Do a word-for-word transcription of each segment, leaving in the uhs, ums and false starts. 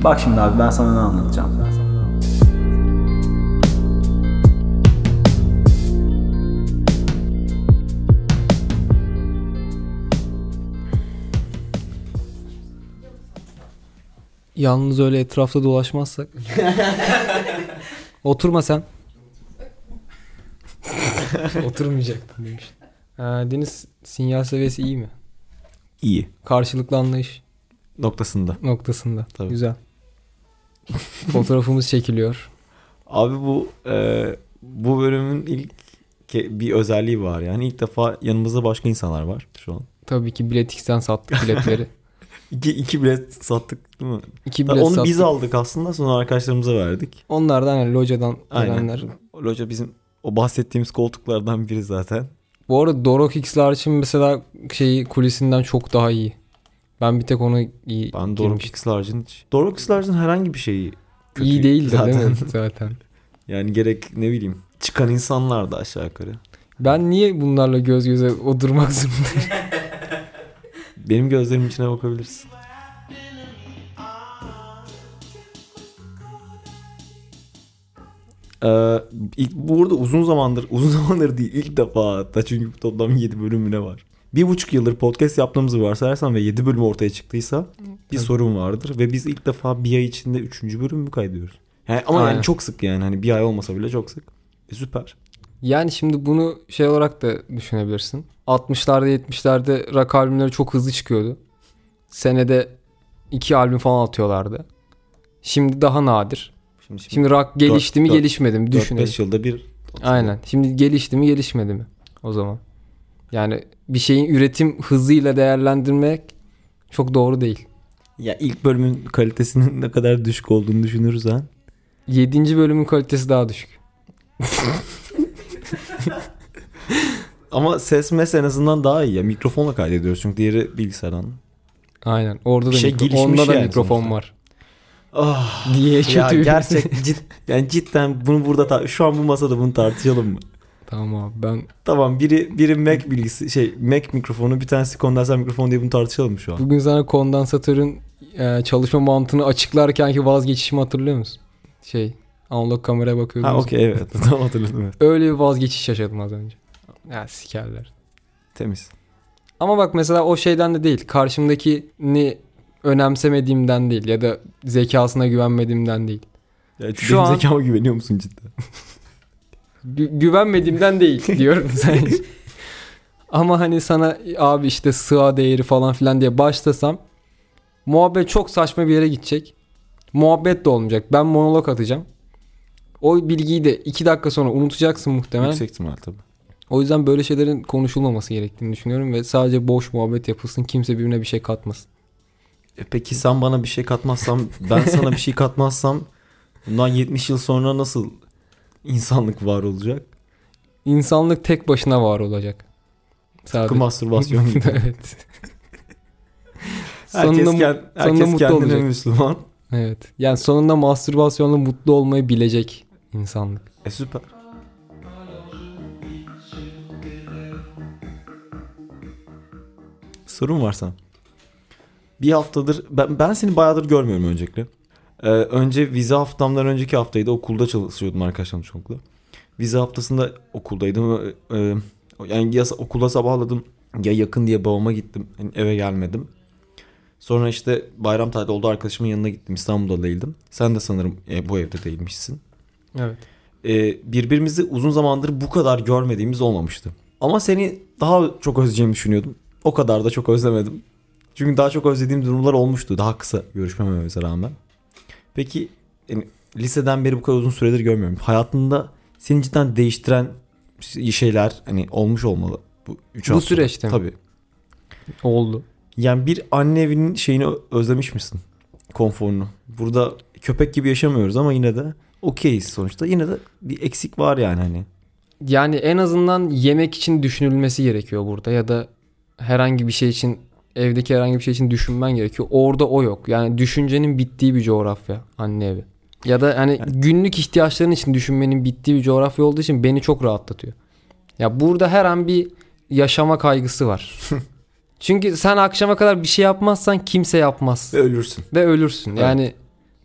Bak şimdi abi ben sana ne anlatacağım. Yalnız öyle etrafta dolaşmazsak. Oturma sen. Oturmayacaktım demiş. Ee, Deniz, sinyal seviyesi iyi mi? İyi. Karşılıklı anlayış Noktasında. noktasında. Tabii. Güzel. Fotoğrafımız çekiliyor. Abi bu e, bu bölümün ilk ke- bir özelliği var. Yani ilk defa yanımızda başka insanlar var şu an. Tabii ki Biletix'ten sattık biletleri. İki, iki bilet sattık değil mi? İki Daha bilet onu sattık. biz aldık aslında, sonra arkadaşlarımıza verdik. Onlardan yani locadan Aynen. gelenler. O loca bizim o bahsettiğimiz koltuklardan biri zaten. Bu arada Dorok X'ler için mesela şeyi kulisinden çok daha iyi. Ben bir tek onu iyi Ben Dorok X-Large'ın hiç... Dorok X-Large'ın herhangi bir şeyi kötü İyi değil de zaten. değil mi? Zaten. Yani gerek ne bileyim çıkan insanlar da aşağı yukarı. Ben niye bunlarla göz göze oturmak zorundayım? Benim gözlerimin içine bakabilirsin. Ee, ilk, burada uzun zamandır, uzun zamandır değil ilk defa hatta, çünkü toplam yedi bölümüne var. Bir buçuk yıldır podcast yaptığımızı varsayarsam ve yedi bölüm ortaya çıktıysa bir Evet. sorun vardır. Ve biz ilk defa bir ay içinde üçüncü bölümü kaydediyoruz. Yani, ama Aynen. yani çok sık yani hani bir ay olmasa bile çok sık. E, süper. Yani şimdi bunu şey olarak da düşünebilirsin. altmışlarda yetmişlerde rock albümleri çok hızlı çıkıyordu. Senede iki albüm falan atıyorlardı. Şimdi daha nadir. Şimdi, şimdi, Şimdi rock gelişti mi dört- gelişmedi mi dört düşünelim. beş yılda bir. Aynen. Şimdi gelişti mi gelişmedi mi o zaman. Yani bir şeyin üretim hızıyla değerlendirmek çok doğru değil. Ya ilk bölümün kalitesinin ne kadar düşük olduğunu düşünürsen. Yedinci bölümün kalitesi daha düşük. Ama ses mes en azından daha iyi ya. Mikrofonla kaydediyoruz çünkü diğeri bilgisayardan. Aynen. Orada da Bir şey mikro- gelişmiş onda da yani mikrofon sonuçta. var. Ah, Diye ya kötü. gerçek cid, yani cidden bunu burada tar- şu an bu masada bunu tartışalım mı? Tamam abi ben Tamam, biri biri Mac bilgisi şey Mac mikrofonu, bir tanesi kondenser mikrofon diye bunu tartışalım mı şu an? bugün sana kondansatörün e, çalışma mantığını açıklarkenki vazgeçişimi hatırlıyor musun? Şey, analog kameraya bakıyordum. Ha okey, evet. Tamam, hatırladım, evet. Öyle bir vazgeçiş yaşadım az önce. Ya sikerler. Temiz. Ama bak mesela o şeyden de değil. Karşımdakini önemsemediğimden değil ya da zekasına güvenmediğimden değil. Ya, Şu benim an- zekama güveniyor musun cidden? Gü- güvenmediğimden değil diyorum sen. Ama hani sana abi işte sığa değeri falan filan diye başlasam muhabbet çok saçma bir yere gidecek. Muhabbet de olmayacak. Ben monolog atacağım. O bilgiyi de iki dakika sonra unutacaksın muhtemelen. Yüksek ihtimal tabii. O yüzden böyle şeylerin konuşulmaması gerektiğini düşünüyorum ve sadece boş muhabbet yapılsın. Kimse birbirine bir şey katmasın. E peki sen bana bir şey katmazsam, ben sana bir şey katmazsam bundan yetmiş yıl sonra nasıl insanlık var olacak? İnsanlık tek başına var olacak. Tıpkı mastürbasyon gibi. Evet. Herkes, Sonunda mu- kend- sonunda herkes mutlu kendine olacak. Müslüman. Evet. Yani sonunda mastürbasyonla mutlu olmayı bilecek insanlık. E süper. Sorun var sana. Bir haftadır ben, ben seni bayağıdır görmüyorum öncelikle. Ee, önce vize haftamdan önceki haftaydı, okulda çalışıyordum arkadaşlarım çoklu. Vize haftasında okuldaydım. Ee, yani ya okulda sabahladım ya yakın diye babama gittim. Yani eve gelmedim. Sonra işte bayram tatili oldu, arkadaşımın yanına gittim. İstanbul'da değildim. Sen de sanırım e, bu evde değilmişsin. Evet. Ee, birbirimizi uzun zamandır bu kadar görmediğimiz olmamıştı. Ama seni daha çok özleyeceğimi düşünüyordum. O kadar da çok özlemedim. Çünkü daha çok özlediğim durumlar olmuştu. Daha kısa görüşmememize rağmen. Peki yani, liseden beri bu kadar uzun süredir görmüyorum. Hayatında seni cidden değiştiren şeyler hani olmuş olmalı. Bu, üç Bu hafta. süreçte mi? Tabii. Oldu. Yani bir anne evinin şeyini özlemiş misin? Konforunu. Burada köpek gibi yaşamıyoruz ama yine de okeyiz sonuçta. Yine de bir eksik var yani hani. Yani en azından yemek için düşünülmesi gerekiyor burada ya da herhangi bir şey için, evdeki herhangi bir şey için düşünmen gerekiyor. Orada o yok. Yani düşüncenin bittiği bir coğrafya anne evi. Ya da hani Yani- günlük ihtiyaçların için düşünmenin bittiği bir coğrafya olduğu için beni çok rahatlatıyor. Ya burada her an bir yaşama kaygısı var. Çünkü sen akşama kadar bir şey yapmazsan kimse yapmaz. Ve ölürsün. Ve ölürsün. Evet. Yani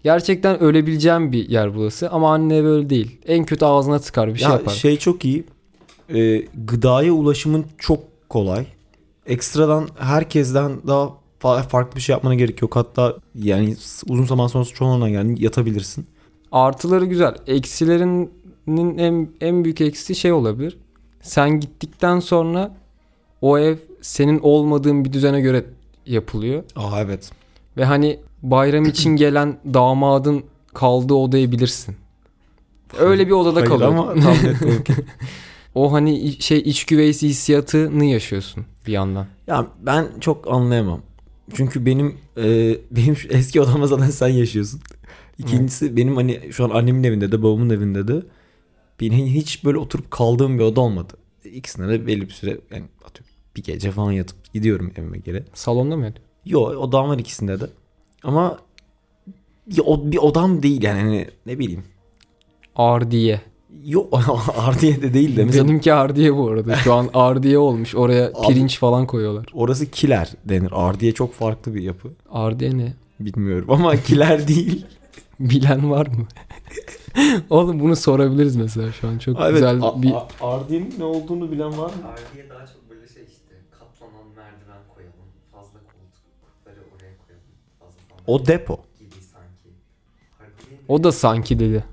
Gerçekten ölebileceğim bir yer burası ama anne böyle değil. En kötü ağzına tıkar bir şey Ya yapar. şey çok iyi. Ee, gıdaya ulaşımın çok kolay. Ekstradan herkesten daha fa- farklı bir şey yapmana gerek yok. Hatta yani uzun zaman sonrası çoğunluğuna yani yatabilirsin. Artıları güzel. Eksilerinin en, en büyük eksisi şey olabilir. Sen gittikten sonra o ev senin olmadığın bir düzene göre yapılıyor. Aa evet. Ve hani bayram için gelen damadın kaldığı odayı bilirsin. Öyle bir odada Hayır kalıyor. ama tahmin etmiyorum ki. O hani şey iç güveysi hissiyatını yaşıyorsun bir yandan. Ya ben çok anlayamam. Çünkü benim e, benim şu eski odamda zaten sen yaşıyorsun. İkincisi benim hani şu an annemin evinde de babamın evinde de benim hiç böyle oturup kaldığım bir oda olmadı. İkisine de belli bir süre yani atıyorum bir gece falan yatıp gidiyorum evime geri. Salonda mı yatıyor? Yo odam var ikisinde de. Ama bir, o- bir odam değil yani hani ne bileyim. Ardiye. Yo Ardiye de değil de mesela Benimki ardiye bu arada. Şu an ardiye olmuş. Oraya pirinç falan koyuyorlar. orası kiler denir. Ardiye çok farklı bir yapı. Ardiye ne? Bilmiyorum ama kiler değil. Bilen var mı? Oğlum bunu sorabiliriz mesela şu an. Çok Evet, güzel a- bir... a- Ardiye'nin ne olduğunu bilen var mı? Ardiye daha çok böyle şey işte katlanan merdiven koyalım, fazla koltukları oraya koyalım, fazla falan O depo. gibi sanki. Ardiye mi? O da sanki dedi.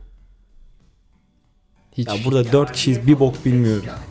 Hiç. Ya burada dört kişiyiz bir bok bilmiyorum. Yani.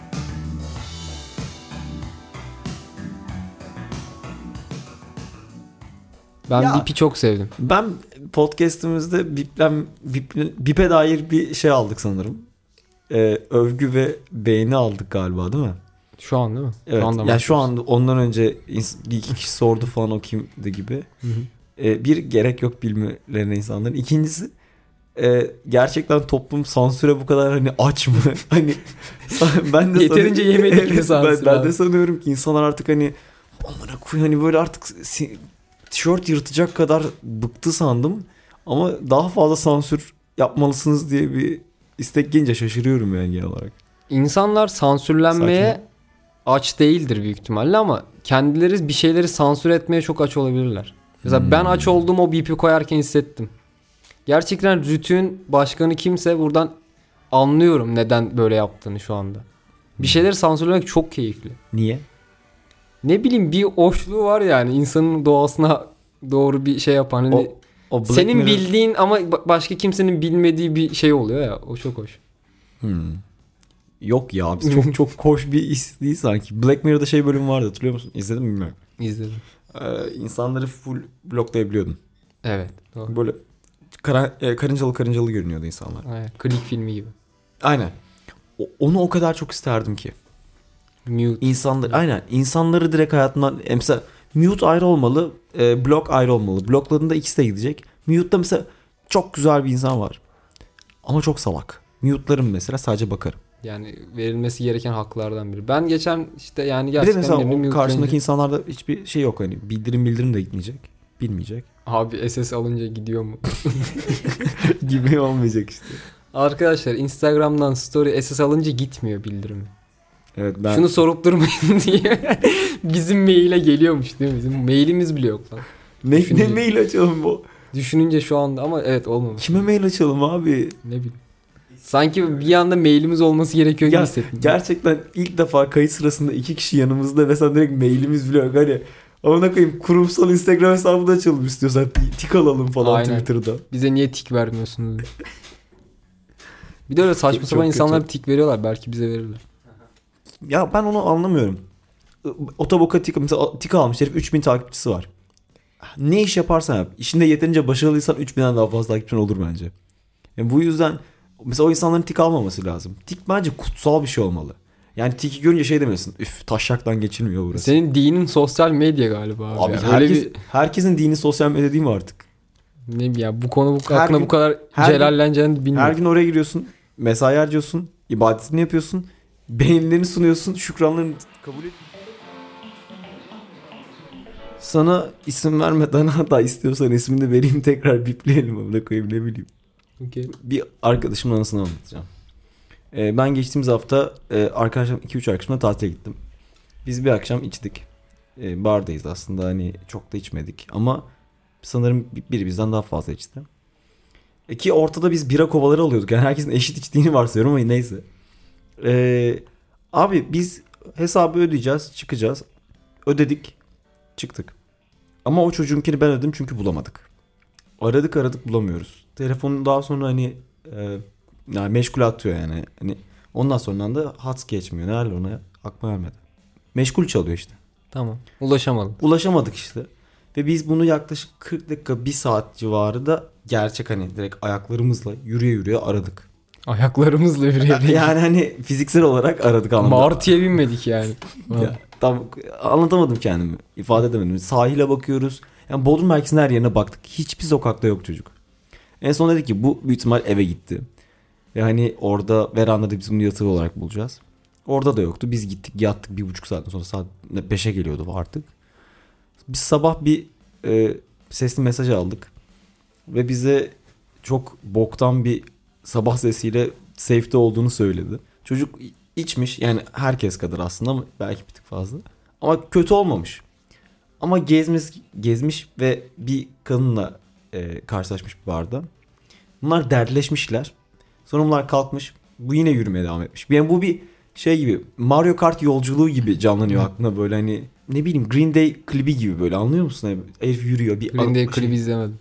Ben Ya- Bip'i çok sevdim. Ben podcast'imizde Bip'len, Bip, Bip'e dair bir şey aldık sanırım. Ee, övgü ve beğeni aldık galiba değil mi? Şu an değil mi? Evet. anda mı? Ya şu an ondan önce ins- bir iki kişi sordu falan o kimdi gibi. Hı hı. Ee, bir gerek yok bilmelerine insanların. İkincisi e, gerçekten toplum sansüre bu kadar hani aç mı? Hani ben de Yeterince sanıyorum- yemedik mi Evet, sansür ben, ben abi? de sanıyorum ki insanlar artık hani amına koyayım hani böyle artık si- tişört yırtacak kadar bıktı sandım. Ama daha fazla sansür yapmalısınız diye bir istek gelince şaşırıyorum yani genel olarak. İnsanlar sansürlenmeye aç değildir büyük ihtimalle ama kendileri bir şeyleri sansür etmeye çok aç olabilirler. Mesela Hmm. ben aç olduğumu o Bip'i koyarken hissettim. Gerçekten Rütü'nün başkanı kimse buradan anlıyorum neden böyle yaptığını şu anda. Bir şeyleri sansürlemek çok keyifli. Niye? Ne bileyim bir hoşluğu var yani insanın doğasına doğru bir şey yapan. Hani O, o Black senin Mirror- bildiğin ama ba- başka kimsenin bilmediği bir şey oluyor ya. O çok hoş. Hmm. Yok ya biz çok çok hoş bir iş değil sanki. Black Mirror'da şey bölüm vardı hatırlıyor musun? İzledin mi bilmiyorum. İzledim. Ee, insanları full bloklayabiliyordun. Evet. Doğru. Böyle kara, e, karıncalı karıncalı görünüyordu insanlar. Aynen. Klik filmi gibi. Aynen. O- onu o kadar çok isterdim ki. Mute. İnsanlar aynen insanları direkt hayatından e, mesela mute ayrı olmalı, e, block ayrı olmalı. Bloklarında ikisi de gidecek. Mute'da mesela çok güzel bir insan var. Ama çok salak. Mute'larım mesela sadece bakarım. Yani verilmesi gereken haklardan biri. Ben geçen işte yani Bir de gerçekten mesela birini o mute'layınca- karşındaki insanlarda hiçbir şey yok hani bildirim bildirim de gitmeyecek. Bilmeyecek. Abi S S alınca gidiyor mu? Gibi olmayacak işte. Arkadaşlar Instagram'dan story S S alınca gitmiyor bildirimi. Evet ben Şunu sorup durmayın diye. Bizim maile geliyormuş değil mi? Bizim mailimiz bile yok lan. ne, ne düşünce- mail açalım bu? Düşününce şu anda ama evet olmamış. Kime mail açalım abi? Ne bileyim. Sanki bir anda mailimiz olması gerekiyor gibi Ya, hissettim. Gerçekten ilk defa kayıt sırasında iki kişi yanımızda ve sen direkt mailimiz bile yok. Hani ona koyayım kurumsal Instagram hesabı da açalım istiyorsan. Tik alalım falan Aynen. Twitter'da. Bize niye tik vermiyorsunuz? Bir de öyle saçma Çok- sapan çok insanlar kötü. tik veriyorlar. Belki bize verirler. Ya ben onu anlamıyorum. Otoboka tik, mesela tik almış herif üç bin takipçisi var. Ne iş yaparsan yap. İşinde yeterince başarılıysan üç binden daha fazla takipçin olur bence. Yani bu yüzden mesela o insanların tik almaması lazım. Tik bence kutsal bir şey olmalı. Yani tiki görünce şey demesin. Üf taşaktan geçilmiyor burası. Senin dinin sosyal medya galiba abi. Abi ya. herkes, Öyle bir, herkesin dini sosyal medya değil mi artık? ne bileyim ya bu konu bu Her hakkında gün- bu kadar her gün- celalleneceğini bilmiyorum. Her gün oraya giriyorsun. Mesai harcıyorsun. ibadetini yapıyorsun. Beğenilerini sunuyorsun. Şükranlarını kabul et. Sana isim vermeden hatta istiyorsan ismini de vereyim tekrar bipleyelim. Amına koyayım ne bileyim. Okay. Bir arkadaşımın anısını anlatacağım. Ee, ben geçtiğimiz hafta e, arkadaşlarım iki üç arkadaşımla tatile gittim. Biz bir akşam içtik. Ee, bardayız aslında hani çok da içmedik ama sanırım biri bizden daha fazla içti. E ki ortada biz bira kovaları alıyorduk. Yani herkesin eşit içtiğini varsayıyorum ama neyse. Ee, abi biz hesabı ödeyeceğiz, çıkacağız. Ödedik, çıktık. Ama o çocuğunkini ben ödedim çünkü bulamadık. Aradık aradık bulamıyoruz. Telefonu daha sonra hani e, yani meşgul atıyor yani. Hani ondan sonra da hat geçmiyor. Ne hal ona aklıma gelmedi. Meşgul çalıyor işte. Tamam. Ulaşamadım. Ulaşamadık işte. Ve biz bunu yaklaşık kırk dakika bir saat civarı da gerçek hani direkt ayaklarımızla yürüye yürüye aradık. Ayaklarımızla yürüyerek. Yani hani fiziksel olarak aradık anlamda. Martıya binmedik yani. Ya, tam anlatamadım kendimi. İfade edemedim. Sahile bakıyoruz. Yani Bodrum merkezinin her yerine baktık. Hiçbir sokakta yok çocuk. En son dedik ki bu büyük ihtimal eve gitti. Ve hani orada verandada biz bunu yatığı olarak bulacağız. Orada da yoktu. Biz gittik yattık bir buçuk saatten sonra saat beşe geliyordu artık. Biz sabah bir e, sesli mesaj aldık. Ve bize çok boktan bir sabah sesiyle safe'de olduğunu söyledi. Çocuk içmiş yani herkes kadar aslında ama belki bir tık fazla. Ama kötü olmamış. Ama gezmiş, gezmiş ve bir kadınla e, karşılaşmış bir barda. Bunlar dertleşmişler. Sonra bunlar kalkmış. Bu yine yürümeye devam etmiş. Yani bu bir şey gibi Mario Kart yolculuğu gibi canlanıyor aklına böyle hani ne bileyim Green Day klibi gibi böyle anlıyor musun? Herif yürüyor. Bir Green Day şey- klibi izlemedim.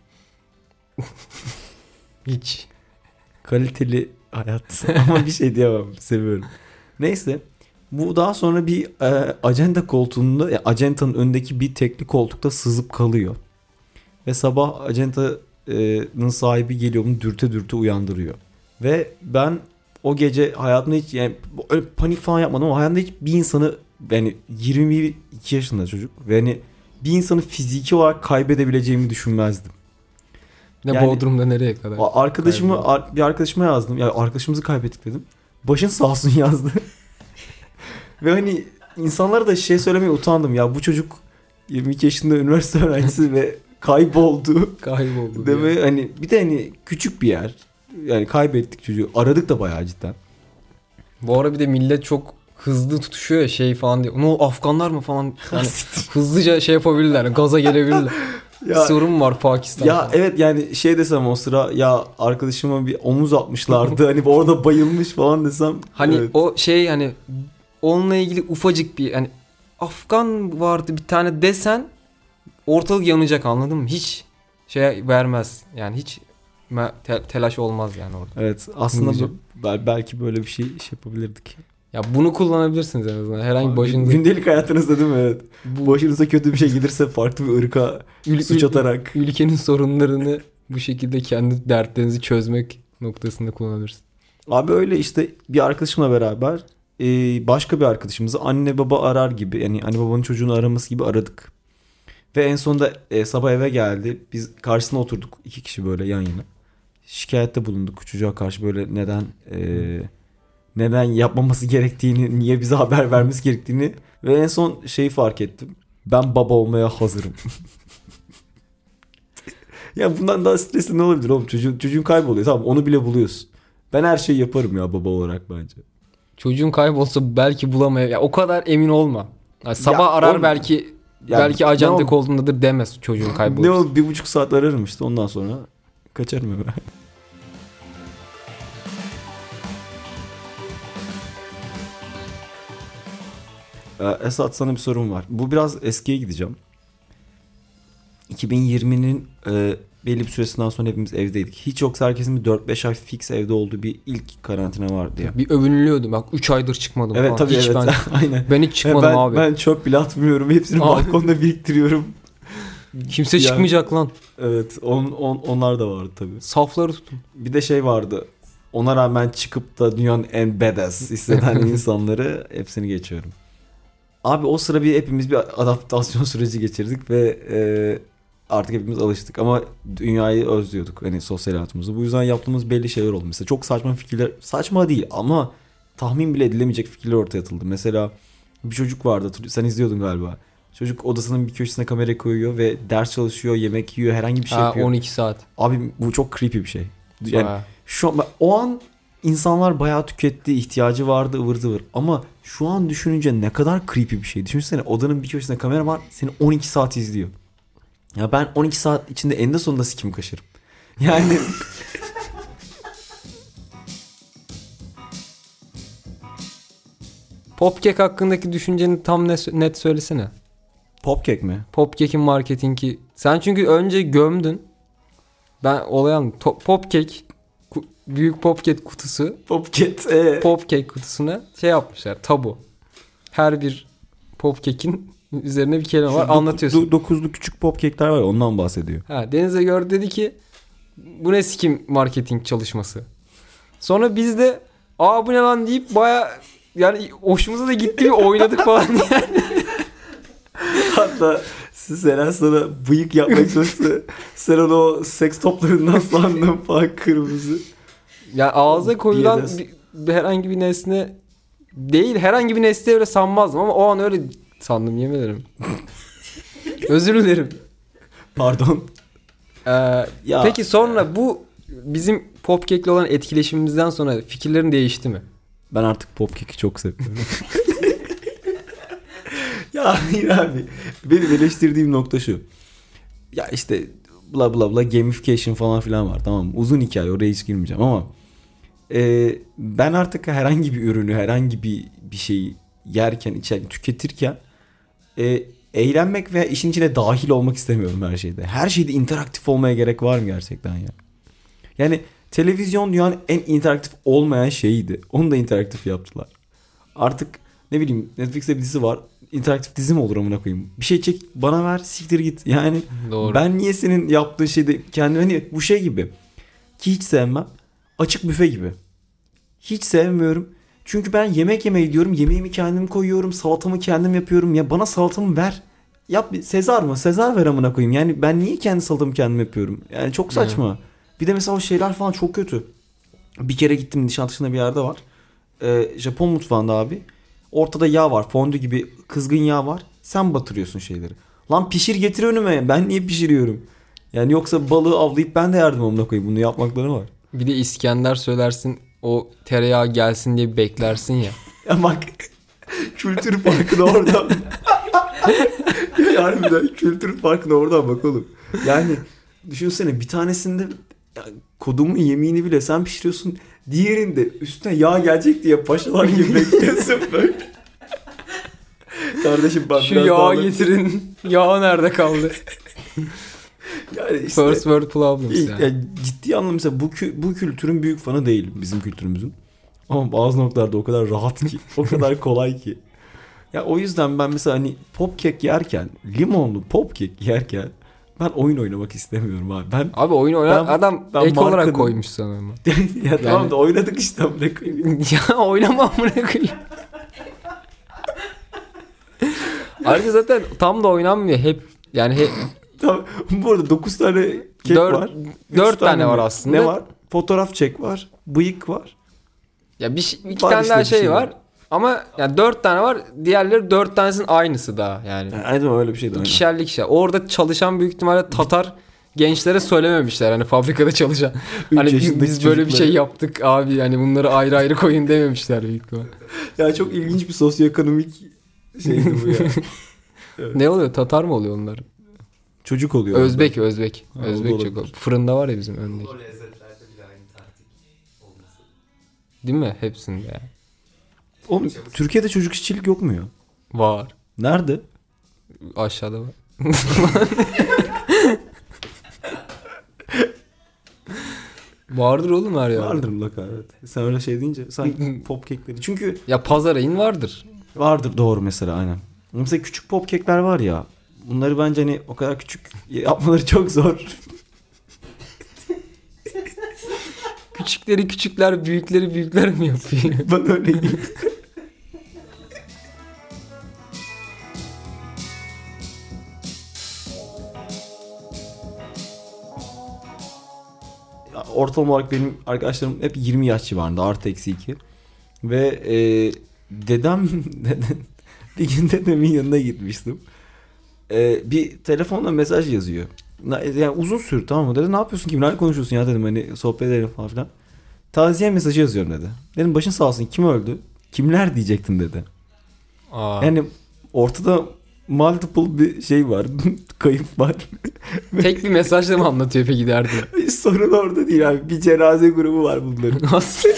Hiç. Kaliteli hayat ama bir şey diyemem seviyorum. Neyse bu daha sonra bir e, acenta koltuğunda yani acentanın önündeki bir tekli koltukta sızıp kalıyor. Ve sabah acentanın sahibi geliyor bunu dürte dürte uyandırıyor. Ve ben o gece hayatımda hiç yani öyle panik falan yapmadım ama hayatımda hiç bir insanı yani yirmi iki yaşında çocuk ve hani bir insanı fiziki olarak kaybedebileceğimi düşünmezdim. Ne Yani- Bodrum'da nereye kadar? A- Arkadaşımı ar- bir arkadaşıma yazdım. Ya arkadaşımızı kaybettik dedim. Başın sağ olsun yazdı. Ve hani insanlara da şey söylemeye utandım. Ya bu çocuk yirmi iki yaşında üniversite öğrencisi ve kayboldu. Kayboldu. Deme diye. hani bir de hani küçük bir yer. Yani kaybettik çocuğu. Aradık da bayağı cidden. Bu ara bir de millet çok hızlı tutuşuyor ya şey falan diye. Ne o Afganlar mı falan. Yani hızlıca şey yapabilirler. Gaza gelebilirler. Ya, Sorun var Pakistan. ya falan. evet yani şey desem o sıra ya arkadaşıma bir omuz atmışlardı. hani orada bayılmış falan desem. Hani evet. o şey hani onunla ilgili ufacık bir hani Afgan vardı bir tane desen ortalık yanacak anladın mı? Hiç şey vermez. Yani hiç me- te- telaş olmaz yani orada. Evet aslında İngilizce. bel- belki böyle bir şey, şey yapabilirdik. Ya bunu kullanabilirsiniz en azından. Herhangi Abi, başınıza Gündelik hayatınızda değil mi? Evet. bu Başınıza kötü bir şey gelirse farklı bir ırka ül- suç ül- atarak. ülkenin sorunlarını bu şekilde kendi dertlerinizi çözmek noktasında kullanabilirsiniz. Abi öyle işte bir arkadaşımla beraber e, başka bir arkadaşımızı anne baba arar gibi yani anne babanın çocuğunu araması gibi aradık. Ve en sonunda e, sabah eve geldi. Biz karşısına oturduk iki kişi böyle yan yana. Şikayette bulunduk çocuğa karşı böyle neden e, neden yapmaması gerektiğini, niye bize haber vermesi gerektiğini ve en son şeyi fark ettim. Ben baba olmaya hazırım. Ya bundan daha stresli ne olabilir oğlum? Çocuğun, çocuğun kayboluyor. Tamam onu bile buluyorsun. Ben her şeyi yaparım ya baba olarak bence. Çocuğun kaybolsa belki bulamaya ya o kadar emin olma. Yani sabah Ya arar oğlum- belki Ya belki ne ajantek o- olduğundadır demez çocuğun Ne kaybolursa. o bir buçuk saat ararım işte ondan sonra kaçarım eve. Ee, Esat sana bir sorum var. Bu biraz eskiye gideceğim. iki bin yirminin e, belli bir süresinden sonra hepimiz evdeydik. Hiç yoksa herkesin bir dört beş ay fix evde olduğu bir ilk karantina vardı ya. Bir övünülüyordu. Bak üç aydır çıkmadım Evet falan. tabii Hiç evet. ben, Aynen. ben hiç çıkmadım ben, abi. Ben çöp bile atmıyorum. Hepsini Abi. balkonda biriktiriyorum. Kimse Ya- çıkmayacak lan. Evet on, on, onlar da vardı tabii. Safları tutun. Bir de şey vardı. Ona rağmen çıkıp da dünyanın en badass hisseden insanları hepsini geçiyorum. Abi o sıra bir hepimiz bir adaptasyon süreci geçirdik ve e, artık hepimiz alıştık ama dünyayı özlüyorduk hani sosyal hayatımızda. Bu yüzden yaptığımız belli şeyler oldu. Mesela çok saçma fikirler, saçma değil ama tahmin bile edilemeyecek fikirler ortaya atıldı. Mesela bir çocuk vardı, sen izliyordun galiba. Çocuk odasının bir köşesine kamera koyuyor ve ders çalışıyor, yemek yiyor, herhangi bir şey Ha, yapıyor. on iki saat. Abi bu çok creepy bir şey. Yani Ha. şu an, o an insanlar bayağı tüketti, ihtiyacı vardı ıvır zıvır. Ama şu an düşününce ne kadar creepy bir şey. Düşünsene odanın bir köşesinde kamera var, seni on iki saat izliyor. Ya ben on iki saat içinde eninde sonunda sikim kaşırım. Yani Popkek hakkındaki düşünceni tam ne, net söylesene. Popkek mi? Popkek'in marketingi. Sen çünkü önce gömdün. Ben olay anladım. To- Popkek ku- büyük Popkek kutusu. Popket. Ee. Popkek kutusuna şey yapmışlar. Tabu. Her bir Popkek'in üzerine bir kelime var. Şu Anlatıyorsun. do- dokuzlu küçük popkekler var ya, ondan bahsediyor. Ha, Deniz'e gördü, dedi ki bu ne sikim marketing çalışması. Sonra biz de aa bu ne lan deyip baya yani hoşumuza da gitti, bir oynadık falan yani. Hatta Seren sana bıyık yapmak çalışsa sen onu o seks toplarından sandın falan, kırmızı. Yani ağza koyulan Biyedes. bir, bir herhangi bir nesne değil, herhangi bir nesne öyle sanmazdım ama o an öyle sandım, yemin ederim. Özür dilerim. Pardon. Ee, Ya. Peki sonra bu bizim Popkek'le olan etkileşimimizden sonra fikirlerin değişti mi? Ben artık popkeki çok seviyorum. Ya hayır abi. Benim eleştirdiğim nokta şu. Ya işte bla bla bla gamification falan filan var, tamam mı? Uzun hikaye, oraya hiç girmeyeceğim ama e, ben artık herhangi bir ürünü, herhangi bir bir şeyi yerken, içerken, tüketirken e, eğlenmek veya işin içine dahil olmak istemiyorum her şeyde. Her şeyde interaktif olmaya gerek var mı gerçekten ya? Yani televizyon dünyanın en interaktif olmayan şeyiydi. Onu da interaktif yaptılar. Artık ne bileyim, Netflix'te bir dizi var. İnteraktif dizi mi olur amına koyayım? Bir şey çek bana ver, siktir git. Yani Doğru. ben niye senin yaptığın şeyde kendime, hani bu şey gibi ki hiç sevmem. Açık büfe gibi. Hiç sevmiyorum. Çünkü ben yemek yemeye gidiyorum. Yemeğimi kendim koyuyorum. Salatamı kendim yapıyorum. Ya bana salatamı ver. Yap, Sezar mı? Sezar ver amına koyayım. Yani ben niye kendi salatamı kendim yapıyorum? Yani çok saçma. Bir de mesela o şeyler falan çok kötü. Bir kere gittim, Nişantaşı'nda bir yerde var. Ee, Japon mutfağında abi. Ortada yağ var. Fondü gibi kızgın yağ var. Sen batırıyorsun şeyleri. Lan pişir getir önüme. Ben niye pişiriyorum? Yani yoksa balığı avlayıp ben de yardım amına koyayım. Bunu yapmakları var. Bir de İskender söylersin, o tereyağı gelsin diye beklersin ya. Ya bak, kültür farkına oradan. Ya harbiden kültür farkına oradan bak oğlum. Yani düşünsene, bir tanesinde ya, kodumun yemeğini bile sen pişiriyorsun. Diğerinde üstüne yağ gelecek diye paşalar gibi bekliyorsun böyle. Kardeşim bak, Şu biraz yağı daha- getirin. Yağ nerede kaldı? Yani işte, First world problems İyi, yani. ya ciddi anlamda mesela bu, kü- bu kültürün büyük fanı değilim, bizim kültürümüzün. Ama bazı noktalarda o kadar rahat ki, o kadar kolay ki. Ya o yüzden ben mesela hani popkek yerken, limonlu popkek yerken ben oyun oynamak istemiyorum abi. Ben Abi oyun oynar Ben- adam ben ek olarak markanın- koymuş sana ama. ya tamam da oynadık işte, amına koyayım. Ya oynama amına koyayım. Ayrıca zaten tam da oynanmıyor hep, yani hep Tamam. Bu arada dokuz tane kek Dört- var. Üç dört tane var mi? aslında. Ne var? Fotoğraf çek var. Bıyık var. ya bir şey- iki Var tane işte daha bir şey şey var. var. Ama yani dört tane var. Diğerleri dört tanesinin aynısı daha yani. Yani aynen öyle bir şeydi. aynen. İkişerlik şey. Orada çalışan büyük ihtimalle Tatar gençlere söylememişler, hani fabrikada çalışan. Üç Hani yaşındaki biz böyle bir şey çocuklara. yaptık abi, hani bunları ayrı ayrı koyun dememişler büyük ihtimalle. Ya çok ilginç bir sosyoekonomik şeydi bu ya. Ne oluyor? Tatar mı oluyor onlar? Çocuk oluyor. Özbek, Özbek. Ha, o da Özbek olabilir. çok. Fırında var ya bizim öndeki. O lezzetlerde bile aynı taktik olması. Değil mi? Hepsinde ya. Oğlum, Türkiye'de çocuk işçilik yok mu ya? Var. Nerede? Aşağıda var. Vardır oğlum her yerde. Vardır mutlaka, evet. Sen öyle şey deyince sanki pop kekleri. Çünkü Ya pazarayın vardır. vardır, doğru mesela, aynen. Mesela küçük pop kekler var ya. Bunları bence hani o kadar küçük yapmaları çok zor. Küçükleri küçükler, büyükleri büyükler mi yapıyor? Ben öyle Ya, ortalama olarak benim arkadaşlarım hep yirmi yaş civarında, artı eksi iki. Ve e, dedem, dedem bir gün dedemin yanına gitmiştim. E, bir telefonla mesaj yazıyor. Na- Yani uzun sürdü, tamam mı? Dedi ne yapıyorsun, kimlerle konuşuyorsun ya, dedim hani sohbet edelim falan filan. Taziye mesajı yazıyorum dedi. Dedim başın sağ olsun, kim öldü? Kimler diyecektin dedi. Aa. Yani ortada multiple bir şey var. Kayıp var. Tek bir mesajla mı anlatıyor peki derdi? Sorun orada değil abi. Bir cenaze grubu var bunların. Nasıl?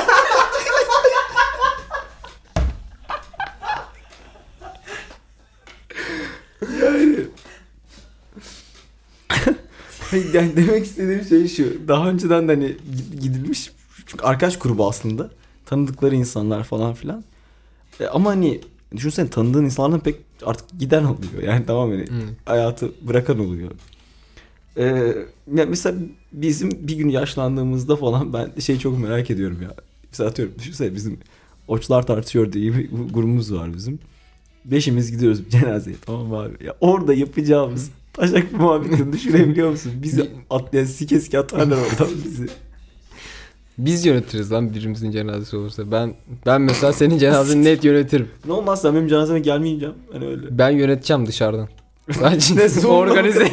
Yani demek istediğim şey şu. Daha önceden de hani gidilmiş çünkü arkadaş grubu aslında. Tanıdıkları insanlar falan filan. E, ama hani düşünsene tanıdığın insanlardan pek artık giden oluyor. Yani tamam hani Hmm. hayatı bırakan oluyor. E, ya mesela bizim bir gün yaşlandığımızda falan ben şeyi çok merak ediyorum ya. Mesela atıyorum düşünsene bizim Oçlar Tartışıyor diye bir grubumuz var bizim. Beşimiz gidiyoruz cenazeye, tamam mı abi? Ya orada yapacağımız taşak muhabbetini düşünebiliyor musun? Bizi atlayan sike sike atarlar oradan bizi. Biz yönetiriz lan birimizin cenazesi olursa. Ben ben mesela senin cenazeni net yönetirim. Ne olmaz sen benim cenazeme gelmeyeceğim. Hani öyle. Ben yöneteceğim dışarıdan. Sadece Ne Zoom'la organize.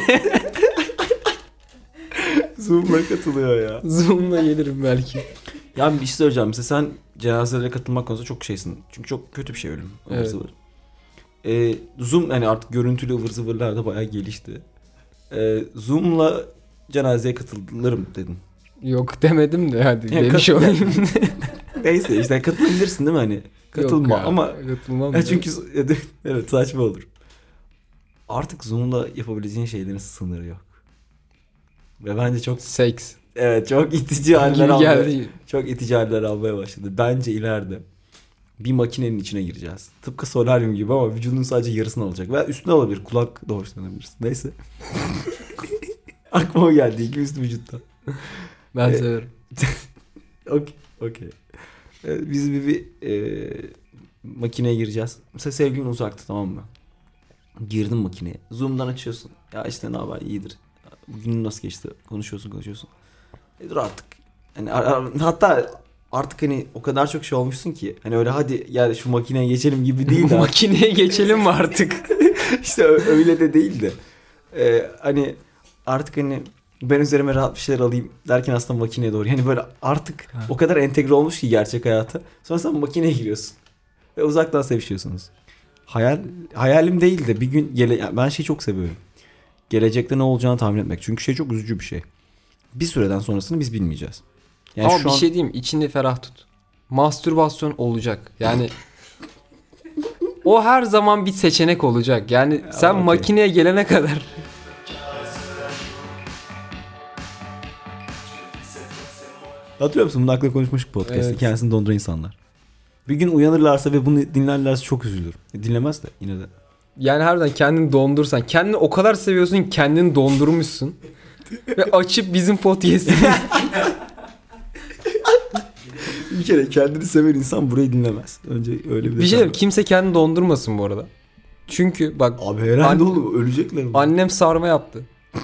Zoom'la katılıyor ya. Zoom'la gelirim belki. Ya bir şey söyleyeceğim. Mesela sen cenazelere katılmak konusunda çok şeysin. Çünkü çok kötü bir şey ölüm. Ivır Evet. zıvır. Ee, Zoom hani artık görüntülü ıvır zıvırlar da bayağı gelişti. Ee, Zoom'la cenazeye katılırım dedin. Yok demedim de hadi Ya demiş kat- olayım. Neyse işte katılabilirsin değil mi hani? Katılma Yok ya, ama katılmam. ya ya. çünkü evet saçma olur. Artık Zoom'la yapabileceğin şeylerin sınırı yok. Ve bence çok Seks. evet çok itici haller Gibi almaya, geldi. çok itici haller almaya başladı. Bence ileride bir makinenin içine gireceğiz. Tıpkı solaryum gibi ama vücudun sadece yarısını alacak. Veya üstüne alabilir. Kulak da hoşlanabilirsin. Neyse. Aklıma geldi. İki üstü vücutta. Ben E, severim. Okey. Okey. Ee, Biz bir, bir e, makineye gireceğiz. Mesela sevgilin uzakta, tamam mı? Girdin makineye. Zoom'dan açıyorsun. Ya işte ne haber, iyidir. Bugün nasıl geçti? Konuşuyorsun konuşuyorsun. E dur artık. Hani, ar- ar- hatta artık hani o kadar çok şey olmuşsun ki. Hani öyle hadi yani şu makineye geçelim gibi değil de. Makineye geçelim mi artık? İşte ö- öyle de değil de. Ee, hani artık hani ben üzerime rahat bir şeyler alayım derken aslında makineye doğru. Yani böyle artık Ha. o kadar entegre olmuş ki gerçek hayata. Sonra sen makineye giriyorsun. Ve uzaktan sevişiyorsunuz. Hayal hayalim değil de bir gün gele yani ben şeyi çok seviyorum. Gelecekte ne olacağını tahmin etmek. Çünkü şey çok üzücü bir şey. Bir süreden sonrasını biz bilmeyeceğiz. Yani Ama şu bir an şey diyeyim, içinde ferah tut. Mastürbasyon olacak. Yani o her zaman bir seçenek olacak. Yani sen okey. makineye gelene kadar hatırlıyor musun? Bunun hakkında konuşmuştuk podcast'te. Evet. Kendisini donduran insanlar. Bir gün uyanırlarsa ve bunu dinlerlerse çok üzülürüm. E, dinlemez de yine de. yani harbiden kendini dondursan, kendini o kadar seviyorsun ki kendini dondurmuşsun ve açıp bizim podcast'i Bir kere kendini seven insan burayı dinlemez. Önce öyle bir bir şey diyeyim, kimse kendini dondurmasın bu arada. Çünkü bak Abi herhalde An- oğlum ölecekler. mi? annem sarma yaptı.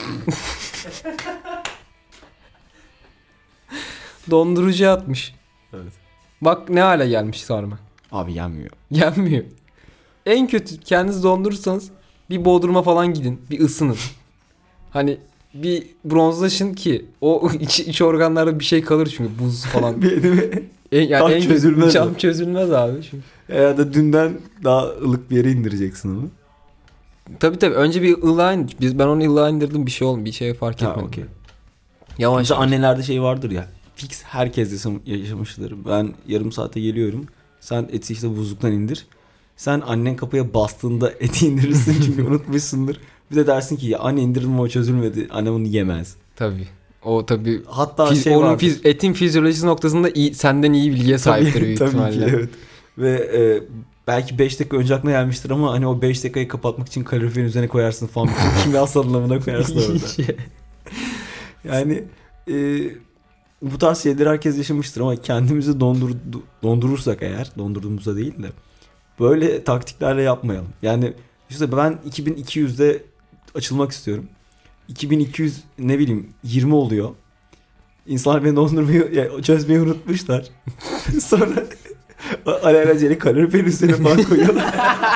Dondurucuya atmış. Evet. Bak ne hale gelmiş sarma. Abi yenmiyor. Yenmiyor. En kötü kendiniz dondurursanız bir Bodrum'a falan gidin. Bir ısının. Hani bir bronzlaşın ki o iç, iç organlarda bir şey kalır çünkü buz falan. Benim En, yani Tam en kötü- çözülmez Tam o. çözülmez abi. Çünkü. herhalde dünden daha ılık bir yere indireceksin onu. Tabii tabii önce bir ılığa indir. Biz ben onu ılığa indirdim bir şey olmadı. Bir şey fark Ha, etmedim. okey. Yavaş. Mesela annelerde şey vardır ya. Fix herkes yaşam- yaşamıştır. Ben yarım saate geliyorum. Sen eti işte buzluktan indir. Sen annen kapıya bastığında eti indirirsin çünkü unutmuşsundur. Bir de dersin ki ya anne indirdim ama çözülmedi. Annem onu yemez. Tabii. O tabii Hatta fiz- şey onun vardır. fiz- etin fizyolojisi noktasında iyi, senden iyi bilgiye sahiptir büyük tabii ihtimalle. ki evet. Ve e, belki beş dakika önce aklına gelmiştir ama hani o beş dakikayı kapatmak için kaloriferin üzerine koyarsın falan. Bütün kimyasal anlamına koyarsın orada. Yani e, bu tarz şeyleri herkes yaşamıştır ama kendimizi dondur, dondurursak eğer, dondurduğumuzda değil de böyle taktiklerle yapmayalım. Yani işte ben iki bin iki yüzde açılmak istiyorum. iki bin iki yüz ne bileyim yirmi oluyor. İnsanlar beni dondurmayı, yani çözmeyi unutmuşlar. Sonra alelacele kaloriferin üzerine falan koyuyorlar.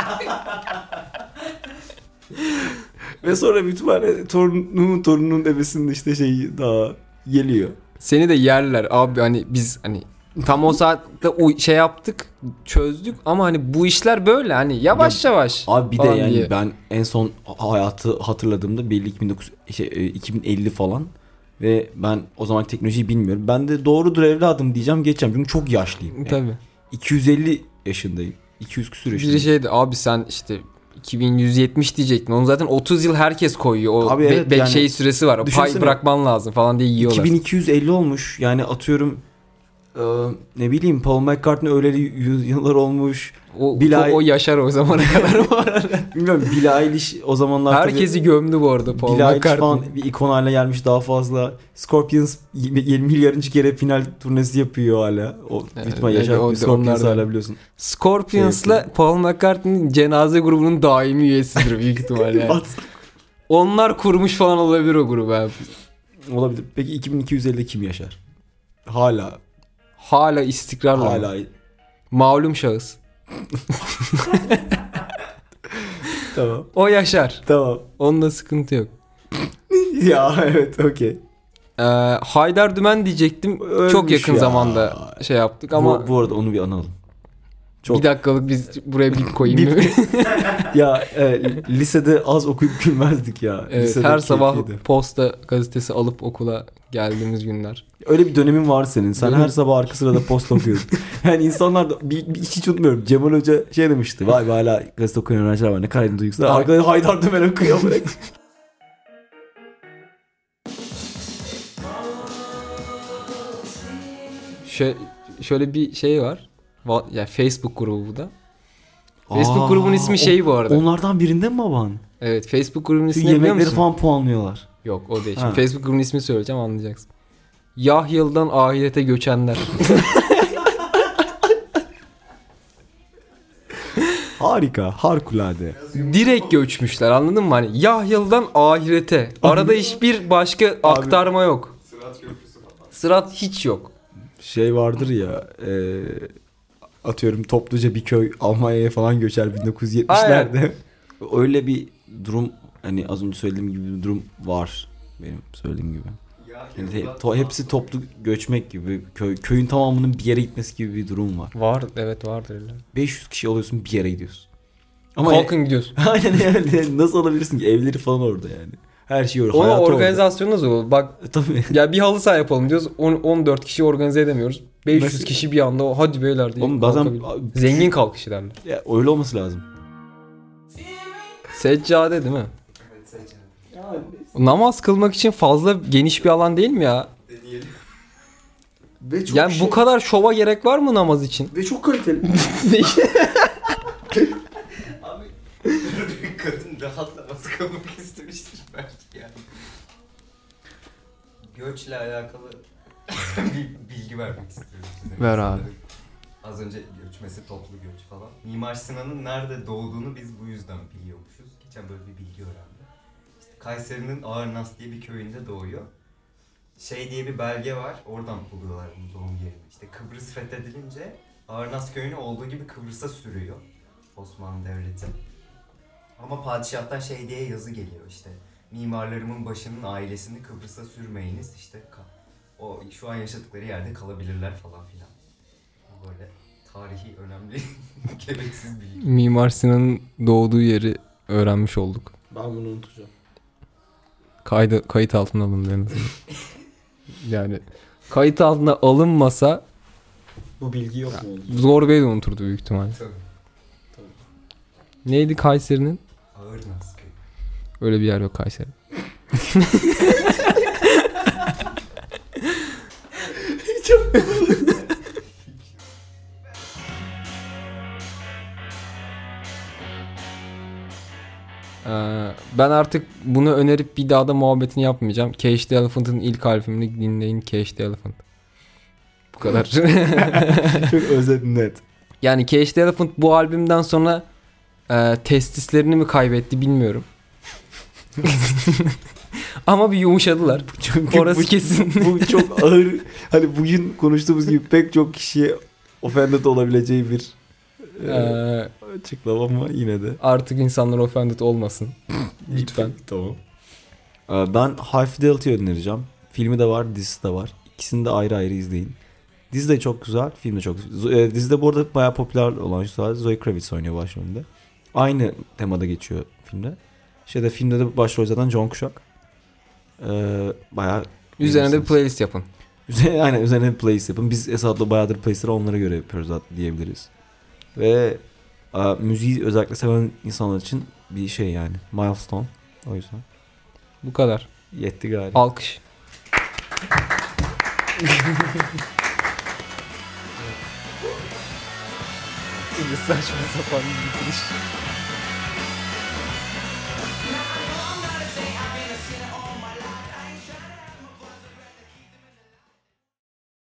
Ve sonra bütün hani torunumun torununun ebesinin işte şeyi daha geliyor. Seni de yerler abi, hani biz hani Tam o saatte o şey yaptık, çözdük ama hani bu işler böyle hani yavaş yavaş. Abi bir de falan yani diye. ben en son hayatı hatırladığımda belli iki bin dokuz şey, e, iki bin elli falan ve ben o zaman teknolojiyi bilmiyorum. Ben de doğrudur evladım diyeceğim, geçeceğim çünkü çok yaşlıyım. Yani Tabii. iki yüz elli yaşındayım. iki yüz küsur Biri yaşındayım. şeydi abi sen işte iki bin yüz yetmiş diyecektin. Onu zaten otuz yıl herkes koyuyor. O Abi be- evet, be- yani şey süresi var. O pay düşünsene. bırakman lazım falan diye yiyorlar. iki bin iki yüz elli olmuş. Yani atıyorum e, ne bileyim Paul McCartney öleli yüzyıllar olmuş. O, Bilal- o, o yaşar o zamana kadar bu arada. Bilmiyorum, Billie Eilish o zamanlar tabii- Herkesi gömdü bu arada Paul Billie Eilish McCartney. falan bir ikon haline gelmiş daha fazla. Scorpions yirmi milyarıncı kere final turnesi yapıyor hala. O Evet, büyük evet, yaşar o- Scorpions onlar da- hala biliyorsun. Scorpions'la Paul McCartney'nin cenaze grubunun daimi üyesidir büyük ihtimalle. Yani. Onlar kurmuş falan olabilir o grubu abi. Olabilir. Peki iki bin iki yüz ellide kim yaşar? Hala. Hala istikrarla. Hala. Malum şahıs. Tamam. O yaşar. Tamam. Onda sıkıntı yok. Ya evet okey. Ee, Haydar Dümen diyecektim. Ölmüş Çok yakın ya. zamanda şey yaptık ama Bu, bu arada onu bir analım. Çok. bir dakikalık biz buraya bir koyayım. Bir- Ya e, lisede az okuyup gülmezdik ya. Evet, Lisede her sabah keyifliydi. posta gazetesi alıp okula geldiğimiz günler. Öyle bir dönemin var senin. Sen Benim- her sabah arka sırada posta okuyordun. Yani insanlar da bir, bir hiç unutmuyorum. Cemal Hoca şey demişti. Vay be hala gazete okuyan öğrenciler var. Ne kadar duygusal. Ay. Arkada Haydar Dümen okuyor. Bırak. Şöyle, şöyle bir şey var. Va- Ya Facebook grubu bu da. Facebook grubunun ismi şey bu arada. Onlardan birinde mi baban? Evet, Facebook grubunun Şu ismi ne biliyor yemekleri musun? falan puanlıyorlar. Yok o değil. Şimdi Ha. Facebook grubunun ismini söyleyeceğim anlayacaksın. Yahyıl'dan ahirete göçenler. Harika. Harikulade. Direkt göçmüşler anladın mı? Hani Yahyıl'dan ahirete. Arada hiçbir başka aktarma yok. Sırat köprüsü falan. Sırat hiç yok. Şey vardır ya. E, atıyorum topluca bir köy Almanya'ya falan göçer bin dokuz yüz yetmişlerde. Öyle bir durum, hani az önce söylediğim gibi bir durum var. Benim söylediğim gibi. Ya, Yani he- to- hepsi toplu göçmek gibi, köy, köyün tamamının bir yere gitmesi gibi bir durum var. Var evet vardır öyle. beş yüz kişi oluyorsun, bir yere gidiyorsun. Ama Kalkın gidiyorsun. aynen yani nasıl alabilirsin ki, evleri falan orada yani. Her şey orada. Ona hayatı organizasyon nasıl olur? Bak orada. Tabii. ya bir halı saha yapalım diyoruz. on, on dört kişi organize edemiyoruz. beş yüz Mesela- kişi bir anda o hadi beyler diye Oğlum bazen kalkabilir. Zengin kalkışı derler. ya, öyle olması lazım. Seccade değil mi? Evet seçeneğim. Namaz kılmak için fazla geniş bir alan değil mi ya? Deneyelim. Ve çok Yani şey- bu kadar şova gerek var mı namaz için? ve çok kaliteli. Abi bir kadın rahat namaz kılmak istemiştir belki yani. Göçle alakalı bir bilgi vermek istiyorum size. Ver abi. Az önce göçmesi toplu göç falan. Mimar Sinan'ın nerede doğduğunu biz bu yüzden biliyormuşuz. Geçen böyle bir bilgi öğrendim. İşte Kayseri'nin Ağırnas diye bir köyünde doğuyor. Şey diye bir belge var. Oradan buluyorlar bunu, doğum yerini. İşte Kıbrıs fethedilince Ağırnas köyünü olduğu gibi Kıbrıs'a sürüyor Osmanlı Devleti. Ama padişahtan şey diye yazı geliyor işte. Mimarlarımın başının ailesini Kıbrıs'a sürmeyiniz. İşte ka- o şu an yaşadıkları yerde kalabilirler falan filan. Bu böyle tarihi önemli gereksiz bilgi. Mimar Sinan'ın doğduğu yeri öğrenmiş olduk. Ben bunu unutacağım. Kaydı, kayıt altına alındı en azından. Yani kayıt altına alınmasa Bu bilgi yok mu? Zor Bey de unuturdu büyük ihtimalle. Tabii. Neydi Kayseri'nin? Ağırnas köyü. Öyle bir yer yok Kayseri. Ee, ben artık bunu önerip bir daha da muhabbetini yapmayacağım. Cage the Elephant'ın ilk albümünü dinleyin. Cage the Elephant. Bu kadar. Çok özet, net. Yani Cage the Elephant bu albümden sonra e, testislerini mi kaybetti bilmiyorum. Ama bir yumuşadılar. Çünkü Orası bu, kesin. Bu çok ağır. Hani bugün konuştuğumuz gibi pek çok kişiye offended olabileceği bir e, Ee, açıklama ama yine de. artık insanlar offended olmasın. Lütfen. Tamam. Ee, Ben High Fidelity önereceğim. Filmi de var, dizisi de var. İkisini de ayrı ayrı izleyin. Dizi de çok güzel, film de çok güzel. E, dizide bu arada bayağı popüler olan şu Zoe Kravitz oynuyor başrolünde. Aynı temada geçiyor filmde. Şeyde filmde de başrol zaten John Cusack. Ee, bayağı Üzerine de bir playlist yapın. Üzerine, aynen üzerine bir playlist yapın. Biz Esad'la bayağıdır playlistleri onlara göre yapıyoruz diyebiliriz. Ve a, müziği özellikle seven insanlar için bir şey yani. Milestone. O yüzden. Bu kadar. Yetti galiba. Alkış. Saçma sapan bir bitiriş.